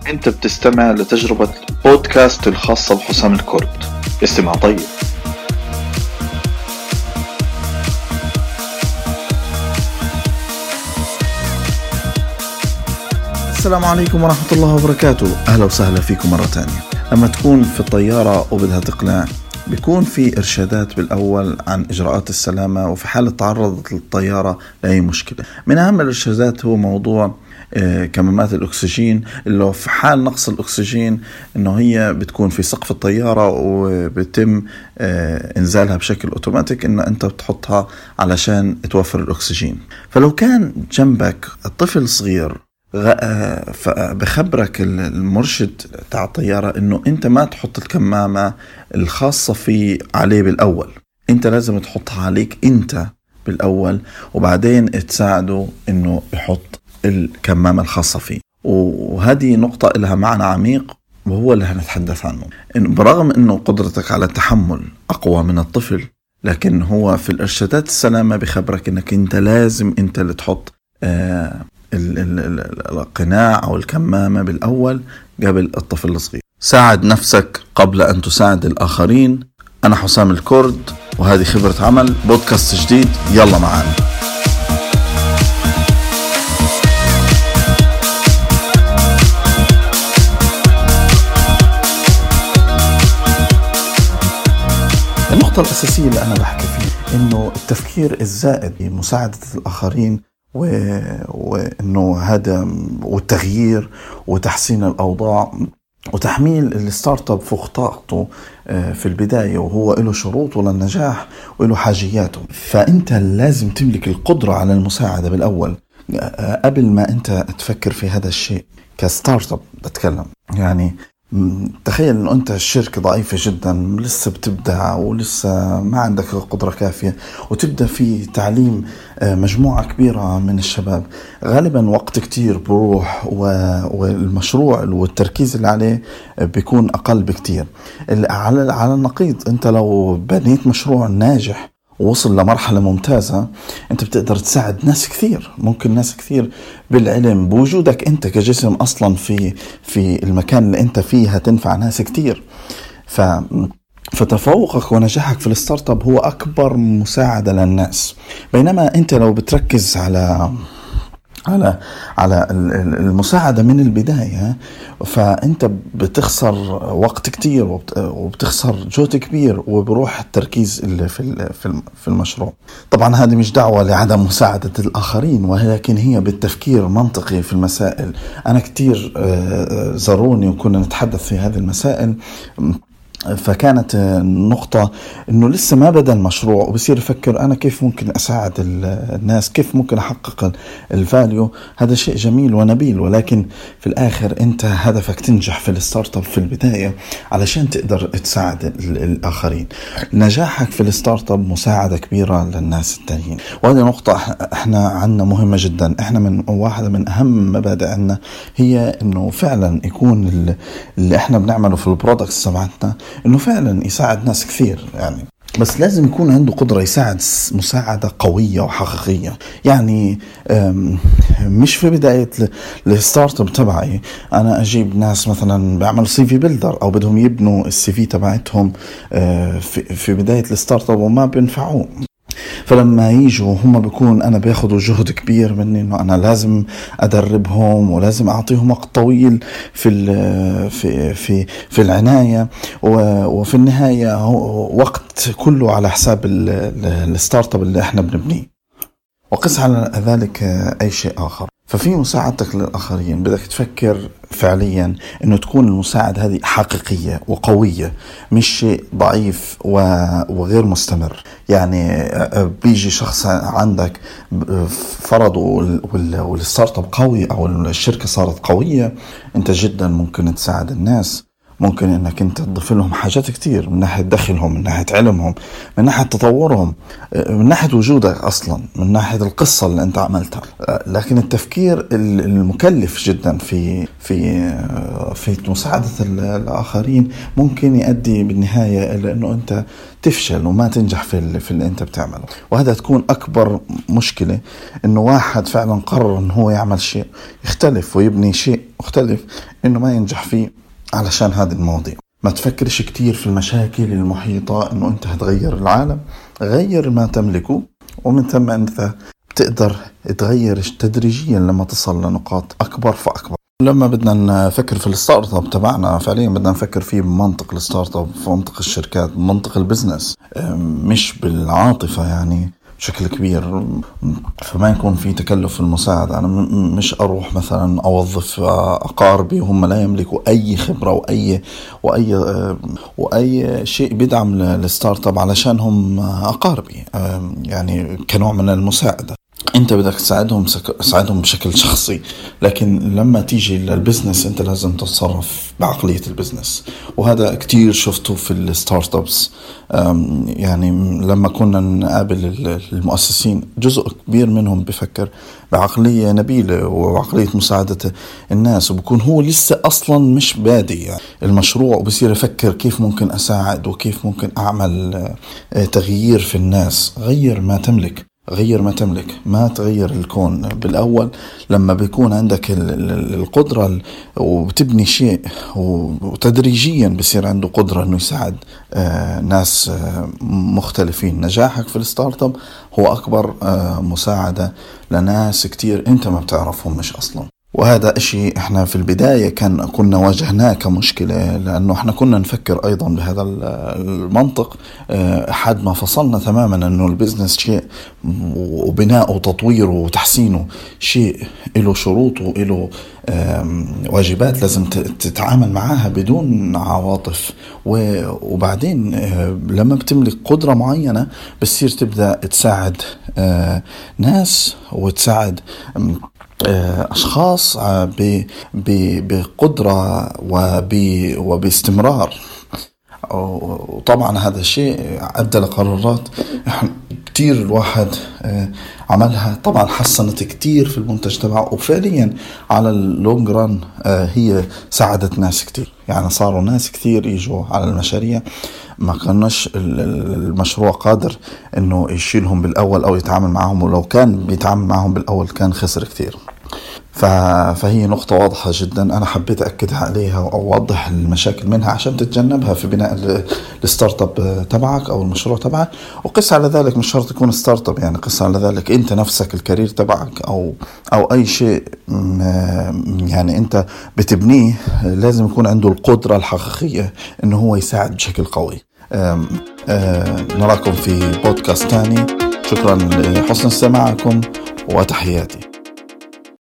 أنت بتستمع لتجربة بودكاست الخاصة بحسام الكرد. استمع طيب. السلام عليكم ورحمة الله وبركاته. أهلا وسهلا فيكم مرة تانية. لما تكون في الطيارة وبدها تقلع بيكون في إرشادات بالأول عن إجراءات السلامة، وفي حالة تعرضت للطيارة لأي مشكلة. من أهم الإرشادات هو موضوع كمامات الأكسجين، اللي في حال نقص الأكسجين إنه هي بتكون في سقف الطيارة وبتم إنزالها بشكل أوتوماتيك، إنه أنت بتحطها علشان توفر الأكسجين. فلو كان جنبك الطفل صغير فبخبرك المرشد تاع الطيارة إنه أنت ما تحط الكمامة الخاصة في عليه بالأول، أنت لازم تحطها عليك أنت بالأول، وبعدين تساعده إنه يحط الكمامة الخاصة فيه. وهذه نقطة لها معنى عميق وهو اللي هنتحدث عنه. برغم إنه قدرتك على التحمل أقوى من الطفل، لكن هو في الإرشادات السلامة بخبرك إنك أنت لازم أنت اللي تحط القناع أو الكمامة بالأول قبل الطفل الصغير. ساعد نفسك قبل أن تساعد الآخرين. أنا حسام الكرد، وهذه خبرة عمل، بودكاست جديد، يلا معانا. النقطة الأساسية اللي أنا بحكي فيها إنه التفكير الزائد بمساعدة الآخرين وإنه هذا والتغيير وتحسين الأوضاع وتحميل الستارت اب فوق طاقته في البداية، وهو له شروطه للنجاح وله حاجياته. فأنت لازم تملك القدرة على المساعدة بالأول قبل ما أنت تفكر في هذا الشيء كستارت اب. بتكلم يعني تخيل أنه أنت الشركة ضعيفة جدا، لسه بتبدأ ولسه ما عندك قدرة كافية، وتبدأ في تعليم مجموعة كبيرة من الشباب. غالبا وقت كتير بروح والمشروع والتركيز اللي عليه بيكون أقل بكتير. على النقيض، أنت لو بنيت مشروع ناجح ووصل لمرحلة ممتازة، أنت بتقدر تساعد ناس كثير. ممكن ناس كثير بالعلم بوجودك أنت كجسم أصلا في المكان اللي أنت فيه هتنفع ناس كثير. فتفوقك ونجاحك في الستارت اب هو أكبر مساعدة للناس. بينما أنت لو بتركز على المساعدة من البداية، فأنت بتخسر وقت كتير وبتخسر جهد كبير، وبروح التركيز اللي في المشروع. طبعا هذه مش دعوة لعدم مساعدة الآخرين، ولكن هي بالتفكير منطقي في المسائل. أنا كتير زاروني وكنا نتحدث في هذه المسائل، فكانت النقطة إنه لسه ما بدأ المشروع وبصير يفكر أنا كيف ممكن أساعد الناس، كيف ممكن أحقق الفاليو. هذا شيء جميل ونبيل، ولكن في الآخر أنت هدفك تنجح في الستارت اب في البداية علشان تقدر تساعد الآخرين. نجاحك في الستارت اب مساعدة كبيرة للناس التانيين، وهذه نقطة إحنا عنا مهمة جدا. إحنا من واحدة من أهم مبادئنا هي إنه فعلا يكون اللي إحنا بنعمله في البرودكتس تبعتنا إنه فعلا يساعد ناس كثير يعني. بس لازم يكون عنده قدرة يساعد مساعدة قوية وحقيقية. يعني مش في بداية الستارت اب تبعي أنا أجيب ناس مثلا بعمل CV بيلدر أو بدهم يبنوا الCV تبعتهم في بداية الستارت اب وما بينفعوه. فلما يجوا هم بيكون أنا بياخدوا جهد كبير مني، إنه أنا لازم أدربهم ولازم أعطيهم وقت طويل في العناية، وفي النهاية وقت كله على حساب الستارت اب اللي إحنا بنبنيه. وقس على ذلك أي شيء آخر. ففي مساعدتك للآخرين بدك تفكر فعليا أنه تكون المساعدة هذه حقيقية وقوية، مش شيء ضعيف وغير مستمر. يعني بيجي شخص عندك فرضوا والستارت اب قوي أو الشركة صارت قوية، أنت جدا ممكن تساعد الناس، ممكن انك انت تضيف لهم حاجات كتير من ناحية دخلهم، من ناحية علمهم، من ناحية تطورهم، من ناحية وجودك اصلا، من ناحية القصة اللي انت عملتها. لكن التفكير المكلف جدا في مساعدة الآخرين ممكن يؤدي بالنهاية إلى أنه أنت تفشل وما تنجح في اللي أنت بتعمله. وهذا تكون أكبر مشكلة، أنه واحد فعلا قرر أنه هو يعمل شيء يختلف ويبني شيء مختلف، أنه ما ينجح فيه علشان هذه المواضيع. ما تفكرش كتير في المشاكل المحيطة، أنه أنت هتغير العالم. غير ما تملكه، ومن ثم أنت تقدر تغير تدريجيا لما تصل لنقاط أكبر فأكبر. لما بدنا نفكر في الستارت اب تبعنا، فعليا بدنا نفكر فيه بمنطق الستارت اب، في منطق الشركات، بمنطق البزنس، مش بالعاطفة يعني بشكل كبير. فما يكون في تكلف في المساعدة. أنا مش أروح مثلا أوظف أقاربي وهم لا يملكوا أي خبرة وأي شيء بيدعم الستارت اب علشان هم أقاربي، يعني كنوع من المساعدة. انت بدك تساعدهم بشكل شخصي، لكن لما تيجي للبزنس انت لازم تتصرف بعقلية البزنس. وهذا كتير شفته في الستارت ابس. يعني لما كنا نقابل المؤسسين، جزء كبير منهم بفكر بعقلية نبيلة وعقلية مساعدة الناس، وبكون هو لسه اصلا مش بادئ يعني المشروع، وبصير يفكر كيف ممكن اساعد وكيف ممكن اعمل تغيير في الناس. غير ما تملك، ما تغير الكون بالأول. لما بيكون عندك القدرة وبتبني شيء، وتدريجيا بصير عنده قدرة أنه يساعد ناس مختلفين. نجاحك في الستارت اب هو أكبر مساعدة لناس كتير أنت ما بتعرفهم مش أصلا. وهذا اشي احنا في البداية كنا واجهناه كمشكلة، لانه احنا كنا نفكر ايضا بهذا المنطق حد ما فصلنا تماما انه البزنس شيء، وبناءه وتطويره وتحسينه شيء له شروط وله واجبات لازم تتعامل معاها بدون عواطف. وبعدين لما بتملك قدرة معينة بتصير تبدأ تساعد ناس وتساعد أشخاص بقدرة وباستمرار. وطبعا هذا الشيء أدى لقرارات كتير الواحد عملها، طبعا حسنت كتير في المنتج تبعه، وفعليا على اللونج ران هي ساعدت ناس كتير. يعني صاروا ناس كتير يجوا على المشاريع ما كانش المشروع قادر انه يشيلهم بالاول او يتعامل معهم، ولو كان بيتعامل معهم بالاول كان خسر كتير. فهي نقطة واضحة جدا أنا حبيت أكد عليها وأوضح المشاكل منها عشان تتجنبها في بناء الستارت اب تبعك أو المشروع تبعك. وقس على ذلك مش شرط يكون ستارت اب، يعني قس على ذلك أنت نفسك، الكارير تبعك أو أي شيء يعني أنت بتبنيه لازم يكون عنده القدرة الحقيقية إنه هو يساعد بشكل قوي. نراكم في بودكاست تاني. شكرا لحسن استماعكم وتحياتي.